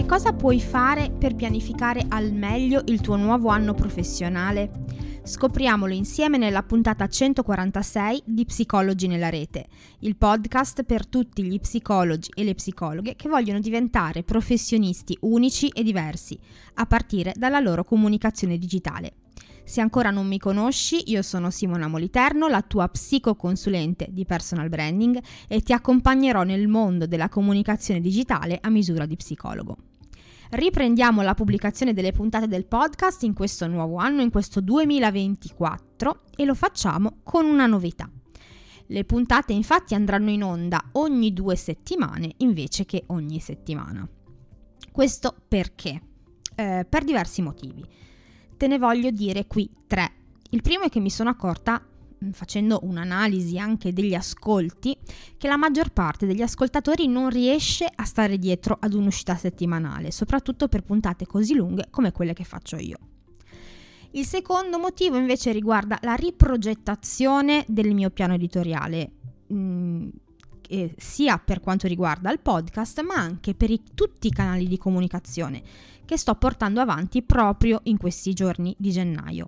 Che cosa puoi fare per pianificare al meglio il tuo nuovo anno professionale? Scopriamolo insieme nella puntata 146 di Psicologi nella Rete, il podcast per tutti gli psicologi e le psicologhe che vogliono diventare professionisti unici e diversi, a partire dalla loro comunicazione digitale. Se ancora non mi conosci, io sono Simona Moliterno, la tua psicoconsulente di personal branding e ti accompagnerò nel mondo della comunicazione digitale a misura di psicologo. Riprendiamo la pubblicazione delle puntate del podcast in questo nuovo anno, in questo 2024, e lo facciamo con una novità. Le puntate infatti andranno in onda ogni 2 settimane invece che ogni settimana. Questo perché? Per diversi motivi. Te ne voglio dire qui 3. Il primo è che mi sono accorta, facendo un'analisi anche degli ascolti, che la maggior parte degli ascoltatori non riesce a stare dietro ad un'uscita settimanale, soprattutto per puntate così lunghe come quelle che faccio io. Il secondo motivo invece riguarda la riprogettazione del mio piano editoriale, sia per quanto riguarda il podcast, ma anche per tutti i canali di comunicazione che sto portando avanti proprio in questi giorni di gennaio.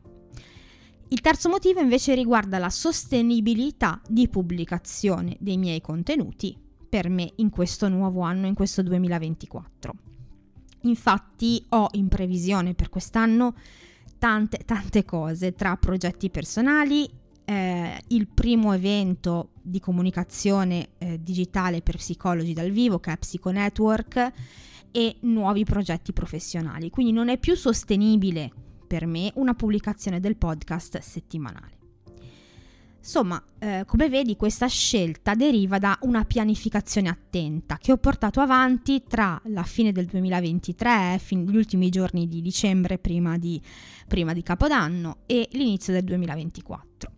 Il terzo motivo invece riguarda la sostenibilità di pubblicazione dei miei contenuti per me in questo nuovo anno, in questo 2024. Infatti ho in previsione per quest'anno tante cose, tra progetti personali, il primo evento di comunicazione digitale per psicologi dal vivo che è Psiconetwork e nuovi progetti professionali. Quindi non è più sostenibile per me una pubblicazione del podcast settimanale. Insomma, come vedi, questa scelta deriva da una pianificazione attenta che ho portato avanti tra la fine del 2023, gli ultimi giorni di dicembre prima di Capodanno, e l'inizio del 2024.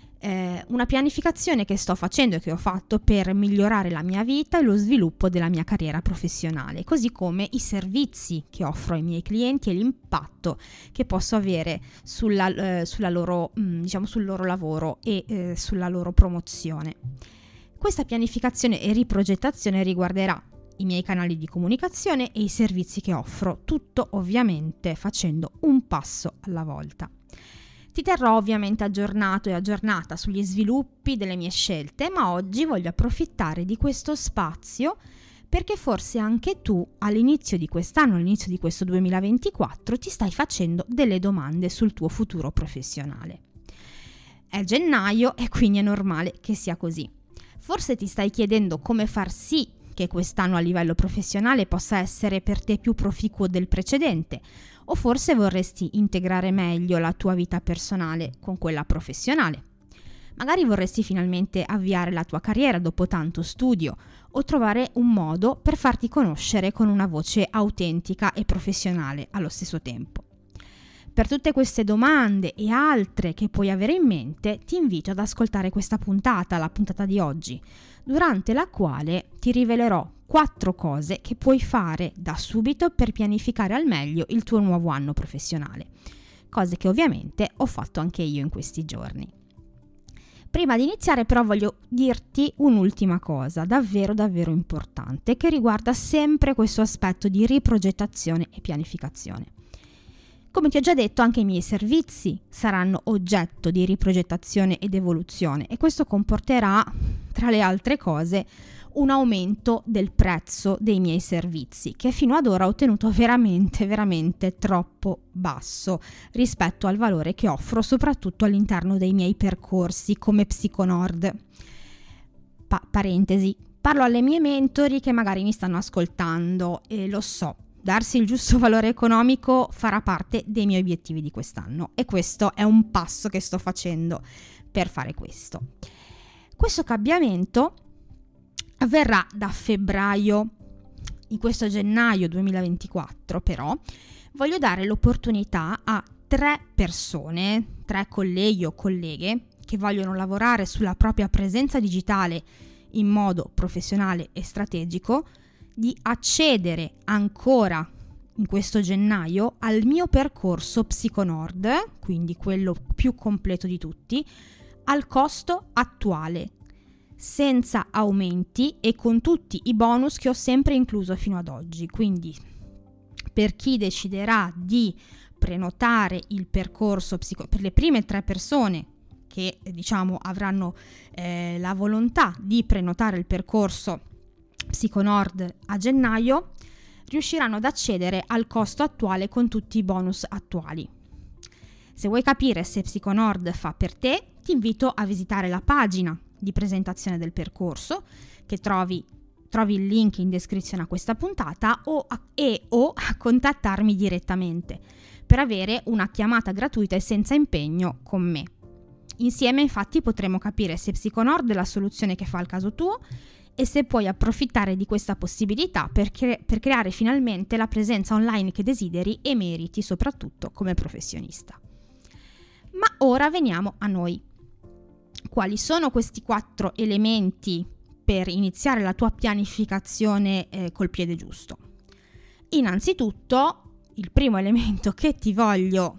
Una pianificazione che sto facendo e che ho fatto per migliorare la mia vita e lo sviluppo della mia carriera professionale, così come i servizi che offro ai miei clienti e l'impatto che posso avere sul loro lavoro e sulla loro promozione. Questa pianificazione e riprogettazione riguarderà i miei canali di comunicazione e i servizi che offro, tutto ovviamente facendo un passo alla volta. Ti terrò ovviamente aggiornato e aggiornata sugli sviluppi delle mie scelte, ma oggi voglio approfittare di questo spazio perché forse anche tu all'inizio di quest'anno, all'inizio di questo 2024, ti stai facendo delle domande sul tuo futuro professionale. È gennaio e quindi è normale che sia così. Forse ti stai chiedendo come far sì che quest'anno a livello professionale possa essere per te più proficuo del precedente, o forse vorresti integrare meglio la tua vita personale con quella professionale. Magari vorresti finalmente avviare la tua carriera dopo tanto studio o trovare un modo per farti conoscere con una voce autentica e professionale allo stesso tempo. Per tutte queste domande e altre che puoi avere in mente, ti invito ad ascoltare questa puntata, la puntata di oggi, durante la quale ti rivelerò 4 cose che puoi fare da subito per pianificare al meglio il tuo nuovo anno professionale. Cose che ovviamente ho fatto anche io in questi giorni. Prima di iniziare però voglio dirti un'ultima cosa davvero importante che riguarda sempre questo aspetto di riprogettazione e pianificazione. Come ti ho già detto, anche i miei servizi saranno oggetto di riprogettazione ed evoluzione e questo comporterà, tra le altre cose, un aumento del prezzo dei miei servizi, che fino ad ora ho tenuto veramente troppo basso rispetto al valore che offro, soprattutto all'interno dei miei percorsi come Psiconord. Parentesi, parlo alle mie mentori che magari mi stanno ascoltando e lo so, darsi il giusto valore economico farà parte dei miei obiettivi di quest'anno e questo è un passo che sto facendo per fare questo. Questo cambiamento avverrà da febbraio. In questo gennaio 2024 però voglio dare l'opportunità a 3 persone, 3 colleghi o colleghe che vogliono lavorare sulla propria presenza digitale in modo professionale e strategico di accedere ancora in questo gennaio al mio percorso Psiconord, quindi quello più completo di tutti, al costo attuale, senza aumenti e con tutti i bonus che ho sempre incluso fino ad oggi. Quindi per chi deciderà di prenotare il percorso per le prime 3 persone che avranno la volontà di prenotare il percorso Psiconord a gennaio, riusciranno ad accedere al costo attuale con tutti i bonus attuali. Se vuoi capire se Psiconord fa per te, ti invito a visitare la pagina di presentazione del percorso, che trovi il link in descrizione a questa puntata, o a contattarmi direttamente per avere una chiamata gratuita e senza impegno con me. Insieme infatti potremo capire se Psiconord è la soluzione che fa al caso tuo e se puoi approfittare di questa possibilità per creare finalmente la presenza online che desideri e meriti, soprattutto come professionista. Ma ora veniamo a noi. Quali sono questi 4 elementi per iniziare la tua pianificazione col piede giusto? Innanzitutto, il primo elemento che ti voglio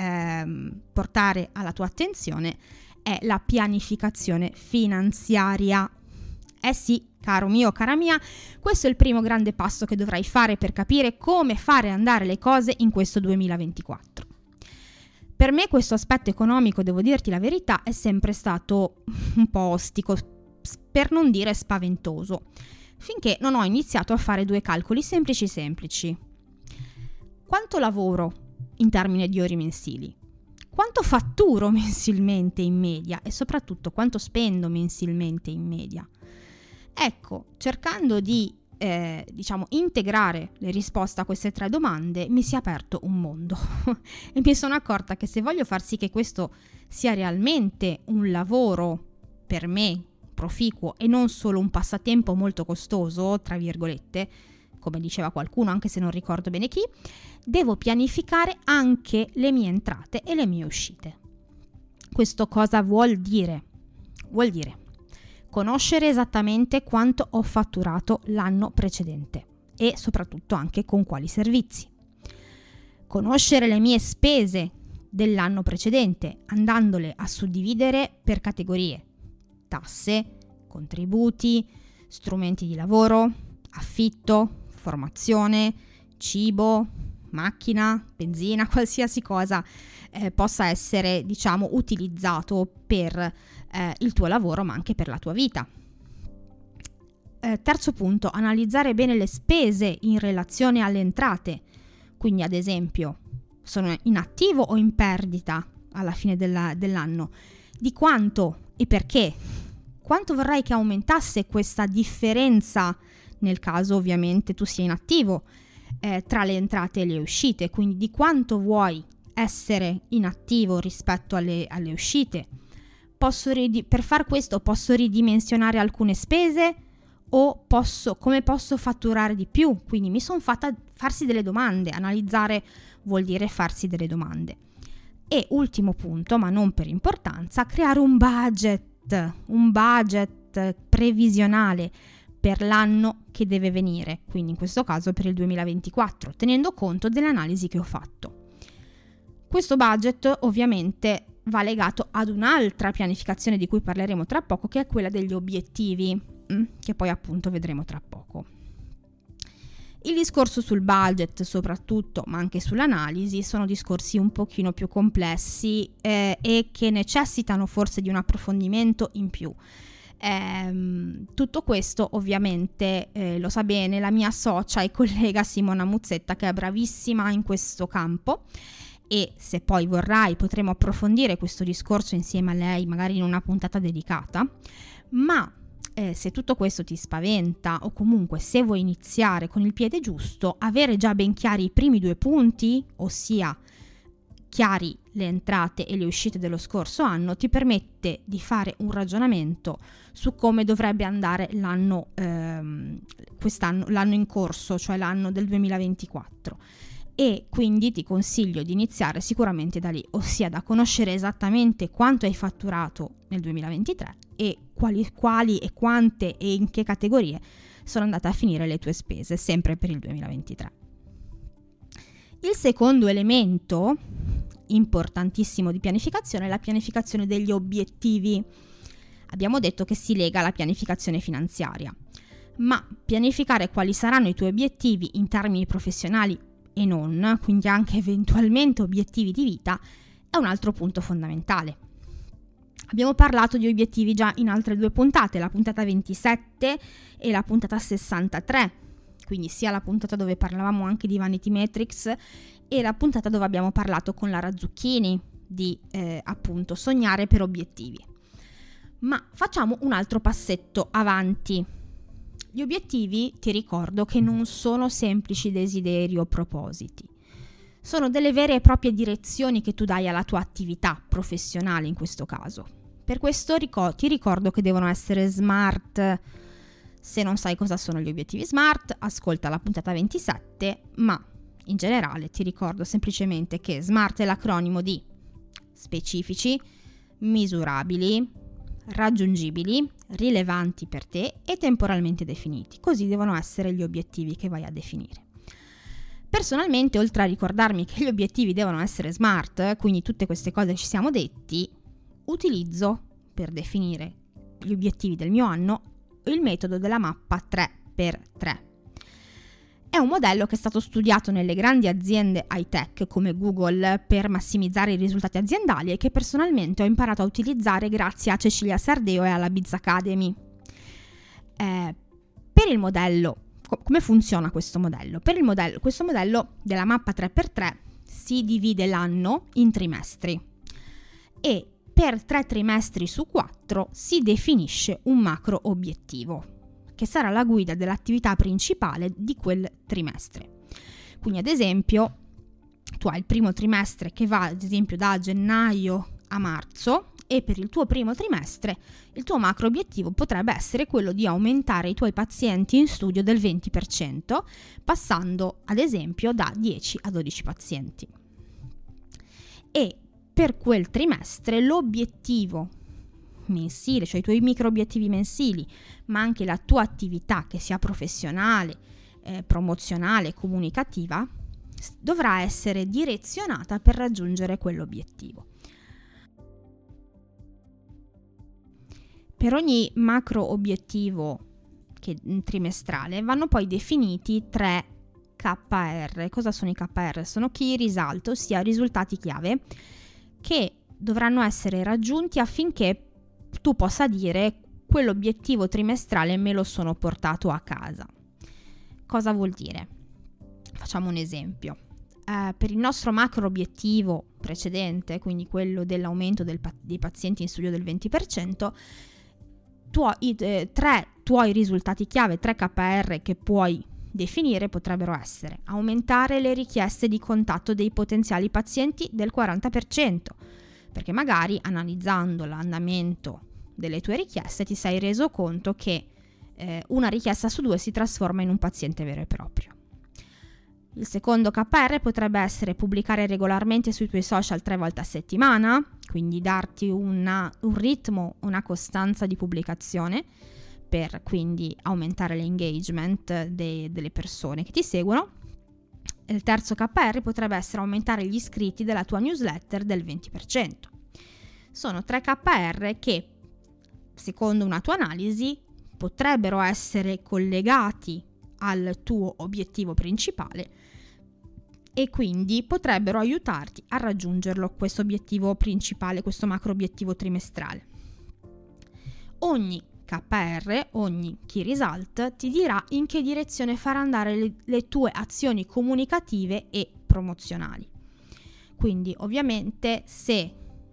portare alla tua attenzione è la pianificazione finanziaria. Sì, caro mio, cara mia, questo è il primo grande passo che dovrai fare per capire come fare andare le cose in questo 2024. Per me questo aspetto economico, devo dirti la verità, è sempre stato un po' ostico, per non dire spaventoso, finché non ho iniziato a fare 2 calcoli semplici. Quanto lavoro in termini di ore mensili? Quanto fatturo mensilmente in media? E soprattutto quanto spendo mensilmente in media? Ecco, cercando di integrare le risposte a queste 3 domande, mi si è aperto un mondo e mi sono accorta che se voglio far sì che questo sia realmente un lavoro per me proficuo e non solo un passatempo molto costoso, tra virgolette, come diceva qualcuno, anche se non ricordo bene chi, devo pianificare anche le mie entrate e le mie uscite. Questo cosa vuol dire? Vuol dire conoscere esattamente quanto ho fatturato l'anno precedente e soprattutto anche con quali servizi. Conoscere le mie spese dell'anno precedente, andandole a suddividere per categorie: tasse, contributi, strumenti di lavoro, affitto, formazione, cibo, macchina, benzina, qualsiasi cosa possa essere, utilizzato per il tuo lavoro, ma anche per la tua vita. Terzo punto, analizzare bene le spese in relazione alle entrate. Quindi, ad esempio, sono in attivo o in perdita alla fine dell'anno? Di quanto e perché? Quanto vorrei che aumentasse questa differenza, nel caso ovviamente tu sia in attivo, tra le entrate e le uscite? Quindi di quanto vuoi essere in attivo rispetto alle uscite? Per far questo posso ridimensionare alcune spese o come posso fatturare di più? Quindi mi sono fatta farsi delle domande. Analizzare vuol dire farsi delle domande. E ultimo punto, ma non per importanza, creare un budget previsionale per l'anno che deve venire, quindi in questo caso per il 2024, tenendo conto delle analisi che ho fatto. Questo budget ovviamente va legato ad un'altra pianificazione di cui parleremo tra poco, che è quella degli obiettivi, che poi appunto vedremo tra poco. Il discorso sul budget soprattutto, ma anche sull'analisi, sono discorsi un pochino più complessi e che necessitano forse di un approfondimento in più. Tutto questo ovviamente lo sa bene la mia socia e collega Simona Muzzetta, che è bravissima in questo campo, e se poi vorrai potremo approfondire questo discorso insieme a lei magari in una puntata dedicata. Ma se tutto questo ti spaventa, o comunque se vuoi iniziare con il piede giusto, avere già ben chiari i primi 2 punti, ossia chiari le entrate e le uscite dello scorso anno, ti permette di fare un ragionamento su come dovrebbe andare l'anno in corso, cioè l'anno del 2024. E quindi ti consiglio di iniziare sicuramente da lì, ossia da conoscere esattamente quanto hai fatturato nel 2023 e quali e quante e in che categorie sono andate a finire le tue spese, sempre per il 2023. Il secondo elemento importantissimo di pianificazione è la pianificazione degli obiettivi. Abbiamo detto che si lega alla pianificazione finanziaria, ma pianificare quali saranno i tuoi obiettivi in termini professionali e non, quindi anche eventualmente obiettivi di vita, è un altro punto fondamentale. Abbiamo parlato di obiettivi già in altre 2 puntate, la puntata 27 e la puntata 63, quindi sia la puntata dove parlavamo anche di Vanity Metrics e la puntata dove abbiamo parlato con Lara Zucchini di appunto sognare per obiettivi. Ma facciamo un altro passetto avanti. Gli obiettivi, ti ricordo che non sono semplici desideri o propositi. Sono delle vere e proprie direzioni che tu dai alla tua attività professionale in questo caso. Per questo ti ricordo che devono essere SMART. Se non sai cosa sono gli obiettivi SMART, ascolta la puntata 27, ma in generale ti ricordo semplicemente che SMART è l'acronimo di specifici, misurabili, raggiungibili, rilevanti per te e temporalmente definiti. Così devono essere gli obiettivi che vai a definire. Personalmente, oltre a ricordarmi che gli obiettivi devono essere SMART, quindi tutte queste cose che ci siamo detti, utilizzo per definire gli obiettivi del mio anno il metodo della mappa 3x3. È un modello che è stato studiato nelle grandi aziende high-tech come Google per massimizzare i risultati aziendali e che personalmente ho imparato a utilizzare grazie a Cecilia Sardeo e alla Biz Academy. Per il modello, come funziona questo modello? Questo modello della mappa 3x3 si divide l'anno in trimestri e per 3 trimestri su 4 si definisce un macro obiettivo che sarà la guida dell'attività principale di quel trimestre. Quindi ad esempio tu hai il primo trimestre che va ad esempio da gennaio a marzo e per il tuo primo trimestre il tuo macro obiettivo potrebbe essere quello di aumentare i tuoi pazienti in studio del 20%, passando ad esempio da 10 a 12 pazienti. E per quel trimestre l'obiettivo mensile, cioè i tuoi micro obiettivi mensili, ma anche la tua attività che sia professionale, promozionale, comunicativa, dovrà essere direzionata per raggiungere quell'obiettivo. Per ogni macro obiettivo trimestrale vanno poi definiti 3 KR. Cosa sono i KR? Sono Key Result, ossia risultati chiave che dovranno essere raggiunti affinché tu possa dire quell'obiettivo trimestrale me lo sono portato a casa. Cosa vuol dire? Facciamo un esempio. Per il nostro macro obiettivo precedente, quindi quello dell'aumento dei pazienti in studio del 20%, tre tuoi risultati chiave, 3 KR che puoi definire potrebbero essere: aumentare le richieste di contatto dei potenziali pazienti del 40%, perché magari analizzando l'andamento delle tue richieste ti sei reso conto che una richiesta su 2 si trasforma in un paziente vero e proprio. Il secondo KR potrebbe essere pubblicare regolarmente sui tuoi social 3 volte a settimana, quindi darti un ritmo, una costanza di pubblicazione per quindi aumentare l'engagement delle persone che ti seguono. Il terzo KR potrebbe essere aumentare gli iscritti della tua newsletter del 20%. Sono 3 KR che, secondo una tua analisi, potrebbero essere collegati al tuo obiettivo principale e quindi potrebbero aiutarti a raggiungerlo, questo obiettivo principale, questo macro obiettivo trimestrale. Ogni KR, ogni Key Result ti dirà in che direzione far andare le tue azioni comunicative e promozionali. Quindi ovviamente se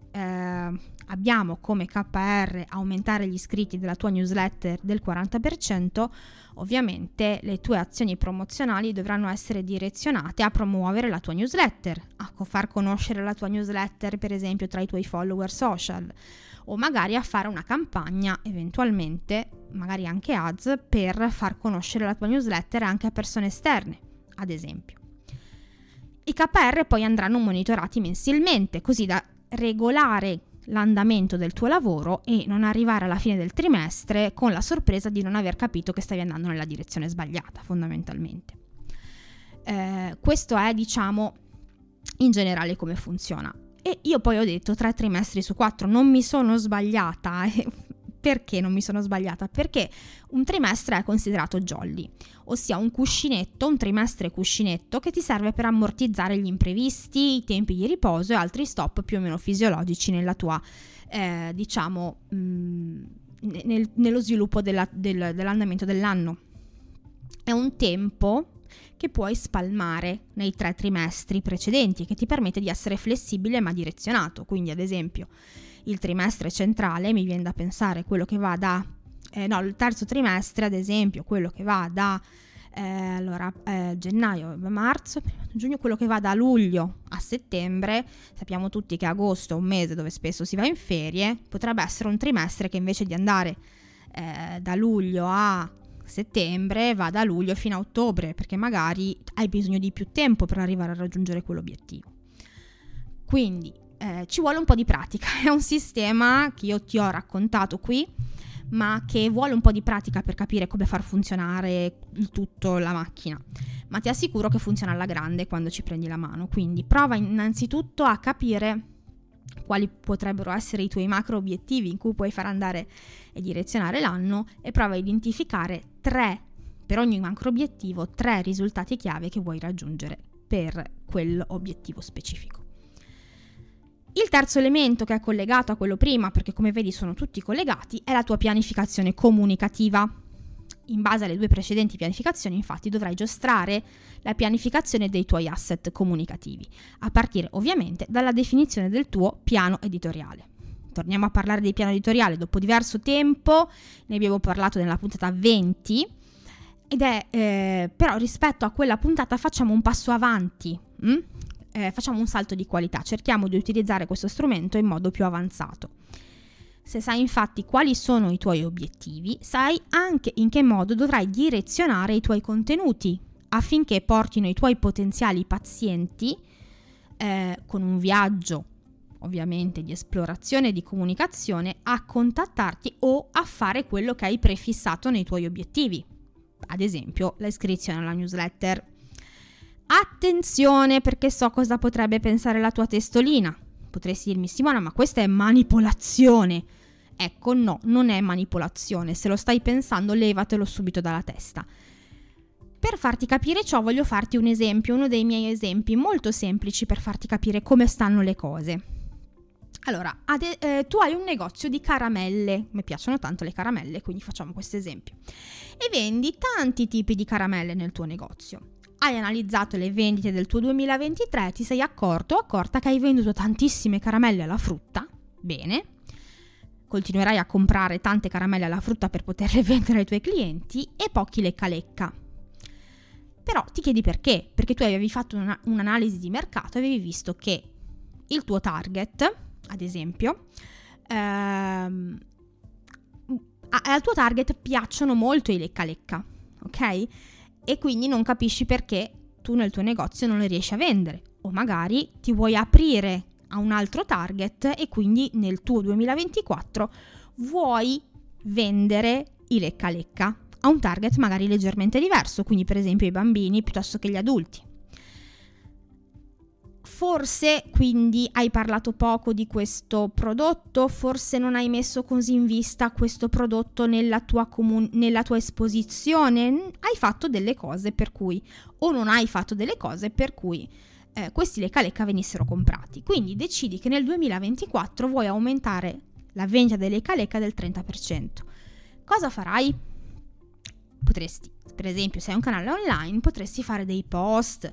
abbiamo come KR aumentare gli iscritti della tua newsletter del 40%, ovviamente le tue azioni promozionali dovranno essere direzionate a promuovere la tua newsletter, a far conoscere la tua newsletter per esempio tra i tuoi follower social, o magari a fare una campagna, eventualmente magari anche ads, per far conoscere la tua newsletter anche a persone esterne, ad esempio. I KR poi andranno monitorati mensilmente, così da regolare l'andamento del tuo lavoro e non arrivare alla fine del trimestre con la sorpresa di non aver capito che stavi andando nella direzione sbagliata, fondamentalmente. Questo è, diciamo, in generale come funziona. E io poi ho detto 3 trimestri su 4, non mi sono sbagliata, Perché non mi sono sbagliata? Perché un trimestre è considerato jolly, ossia un trimestre cuscinetto che ti serve per ammortizzare gli imprevisti, i tempi di riposo e altri stop più o meno fisiologici nella tua, nello sviluppo dell'andamento dell'anno. È un tempo che puoi spalmare nei 3 trimestri precedenti, che ti permette di essere flessibile ma direzionato. Quindi, ad esempio, il trimestre centrale mi viene da pensare quello che va il terzo trimestre, ad esempio, quello che va da gennaio, marzo, giugno, quello che va da luglio a settembre. Sappiamo tutti che agosto è un mese dove spesso si va in ferie, potrebbe essere un trimestre che invece di andare da luglio a settembre va da luglio fino a ottobre, perché magari hai bisogno di più tempo per arrivare a raggiungere quell'obiettivo. Quindi ci vuole un po' di pratica, è un sistema che io ti ho raccontato qui, ma che vuole un po' di pratica per capire come far funzionare il tutto, la macchina, ma ti assicuro che funziona alla grande quando ci prendi la mano. Quindi prova innanzitutto a capire quali potrebbero essere i tuoi macro obiettivi in cui puoi far andare e direzionare l'anno, e prova a identificare per ogni macro obiettivo 3 risultati chiave che vuoi raggiungere per quell'obiettivo specifico. Il terzo elemento, che è collegato a quello prima, perché come vedi sono tutti collegati, è la tua pianificazione comunicativa. In base alle 2 precedenti pianificazioni, infatti, dovrai giostrare la pianificazione dei tuoi asset comunicativi, a partire ovviamente dalla definizione del tuo piano editoriale. Torniamo a parlare del piano editoriale dopo diverso tempo, ne abbiamo parlato nella puntata 20, ed è però rispetto a quella puntata facciamo un passo avanti, facciamo un salto di qualità, cerchiamo di utilizzare questo strumento in modo più avanzato. Se sai infatti quali sono i tuoi obiettivi, sai anche in che modo dovrai direzionare i tuoi contenuti affinché portino i tuoi potenziali pazienti con un viaggio ovviamente di esplorazione e di comunicazione a contattarti o a fare quello che hai prefissato nei tuoi obiettivi, ad esempio l'iscrizione alla newsletter. Attenzione, perché so cosa potrebbe pensare la tua testolina. Potresti dirmi: Simona, ma questa è manipolazione. Ecco, no, non è manipolazione. Se lo stai pensando, levatelo subito dalla testa. Per farti capire ciò voglio farti un esempio, uno dei miei esempi molto semplici per farti capire come stanno le cose. Allora, tu hai un negozio di caramelle, mi piacciono tanto le caramelle, quindi facciamo questo esempio, e vendi tanti tipi di caramelle nel tuo negozio. Hai analizzato le vendite del tuo 2023, ti sei accorta che hai venduto tantissime caramelle alla frutta. Bene, continuerai a comprare tante caramelle alla frutta per poterle vendere ai tuoi clienti, e pochi lecca. Però ti chiedi perché? Perché tu avevi fatto un'analisi di mercato e avevi visto che il tuo target, ad esempio, al tuo target piacciono molto i lecca, ok? E quindi non capisci perché tu nel tuo negozio non le riesci a vendere, o magari ti vuoi aprire a un altro target e quindi nel tuo 2024 vuoi vendere i lecca a un target magari leggermente diverso, quindi per esempio i bambini piuttosto che gli adulti. Forse quindi hai parlato poco di questo prodotto, forse non hai messo così in vista questo prodotto nella tua esposizione, hai fatto delle cose per cui, o non hai fatto delle cose per cui questi lecca venissero comprati. Quindi decidi che nel 2024 vuoi aumentare la vendita dei lecca del 30%. Cosa farai? Potresti, per esempio, se hai un canale online, potresti fare dei post,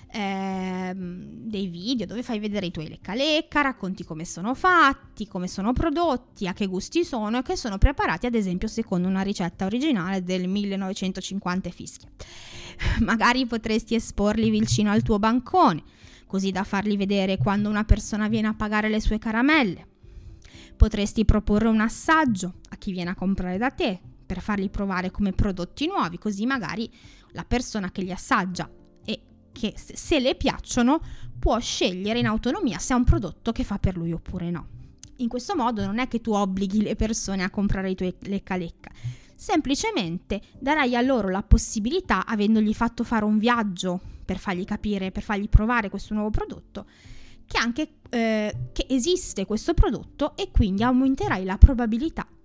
dei video dove fai vedere i tuoi lecca, racconti come sono fatti, come sono prodotti, a che gusti sono e che sono preparati ad esempio secondo una ricetta originale del 1950 e fischia. Magari potresti esporli vicino al tuo bancone, così da farli vedere quando una persona viene a pagare le sue caramelle. Potresti proporre un assaggio a chi viene a comprare da te per farli provare come prodotti nuovi, così magari la persona che li assaggia e che se le piacciono può scegliere in autonomia se è un prodotto che fa per lui oppure no. In questo modo non è che tu obblighi le persone a comprare i tuoi lecca, semplicemente darai a loro la possibilità, avendogli fatto fare un viaggio per fargli capire, per fargli provare questo nuovo prodotto, che anche che esiste questo prodotto, e quindi aumenterai la probabilità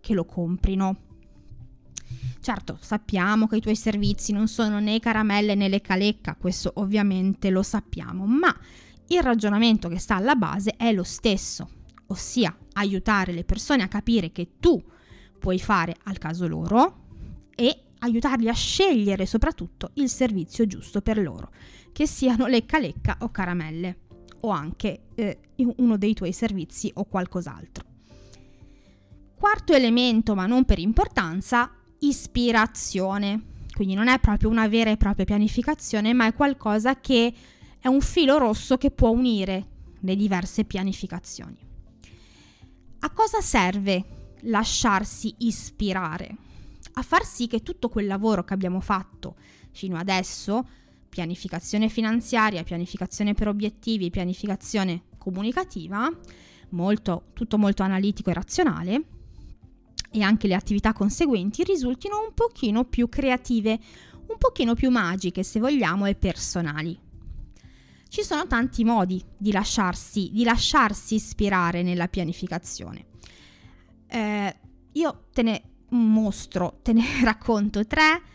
che lo comprino. Certo, sappiamo che i tuoi servizi non sono né caramelle né lecca, questo ovviamente lo sappiamo, ma il ragionamento che sta alla base è lo stesso, ossia aiutare le persone a capire che tu puoi fare al caso loro e aiutarli a scegliere soprattutto il servizio giusto per loro, che siano lecca o caramelle o anche uno dei tuoi servizi o qualcos'altro. Quarto elemento, ma non per importanza, ispirazione. Quindi non è proprio una vera e propria pianificazione, ma è qualcosa che è un filo rosso che può unire le diverse pianificazioni. A cosa serve lasciarsi ispirare? A far sì che tutto quel lavoro che abbiamo fatto fino adesso, pianificazione finanziaria, pianificazione per obiettivi, pianificazione comunicativa, tutto molto analitico e razionale, e anche le attività conseguenti risultino un pochino più creative, un pochino più magiche, se vogliamo, e personali. Ci sono tanti modi di lasciarsi ispirare nella pianificazione. Io te ne racconto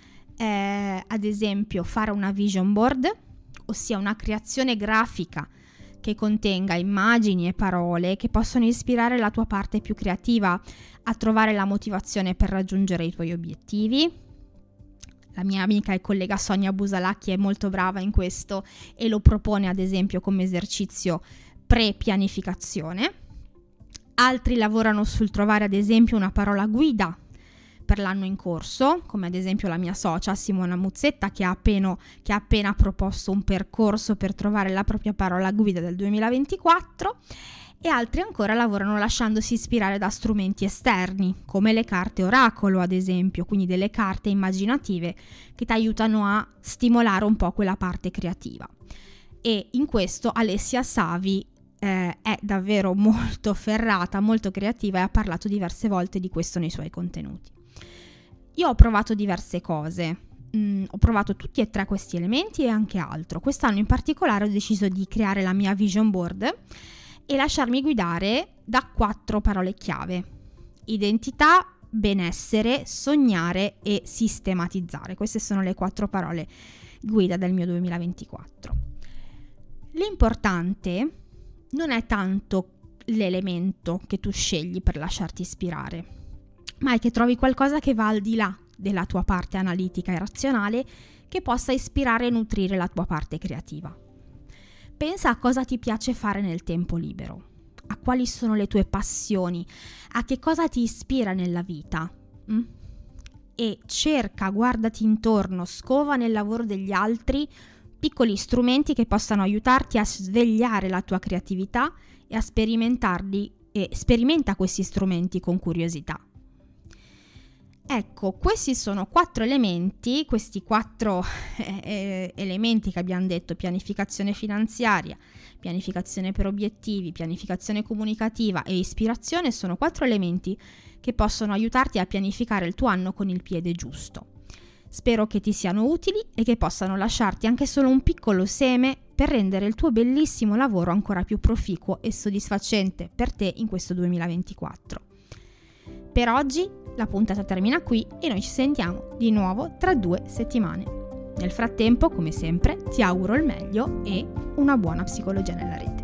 3, ad esempio fare una vision board, ossia una creazione grafica che contenga immagini e parole che possono ispirare la tua parte più creativa a trovare la motivazione per raggiungere i tuoi obiettivi. La mia amica e collega Sonia Busalacchi è molto brava in questo e lo propone ad esempio come esercizio pre-pianificazione. Altri lavorano sul trovare ad esempio una parola guida per l'anno in corso, come ad esempio la mia socia Simona Muzzetta che ha appena proposto un percorso per trovare la propria parola guida del 2024, e altri ancora lavorano lasciandosi ispirare da strumenti esterni, come le carte oracolo ad esempio, quindi delle carte immaginative che ti aiutano a stimolare un po' quella parte creativa. E in questo Alessia Savi è davvero molto ferrata, molto creativa e ha parlato diverse volte di questo nei suoi contenuti. Io ho provato diverse cose, ho provato tutti e 3 questi elementi e anche altro. Quest'anno in particolare ho deciso di creare la mia vision board e lasciarmi guidare da 4 parole chiave: identità, benessere, sognare e sistematizzare. Queste sono le 4 parole guida del mio 2024. L'importante non è tanto l'elemento che tu scegli per lasciarti ispirare, ma è che trovi qualcosa che va al di là della tua parte analitica e razionale, che possa ispirare e nutrire la tua parte creativa. Pensa a cosa ti piace fare nel tempo libero, a quali sono le tue passioni, a che cosa ti ispira nella vita. E guardati intorno, scova nel lavoro degli altri piccoli strumenti che possano aiutarti a svegliare la tua creatività e a sperimentarli, e sperimenta questi strumenti con curiosità. Ecco, questi sono 4 elementi, questi 4 elementi che abbiamo detto: pianificazione finanziaria, pianificazione per obiettivi, pianificazione comunicativa e ispirazione, sono 4 elementi che possono aiutarti a pianificare il tuo anno con il piede giusto. Spero che ti siano utili e che possano lasciarti anche solo un piccolo seme per rendere il tuo bellissimo lavoro ancora più proficuo e soddisfacente per te in questo 2024. Per oggi la puntata termina qui e noi ci sentiamo di nuovo tra 2 settimane. Nel frattempo, come sempre, ti auguro il meglio e una buona psicologia nella rete.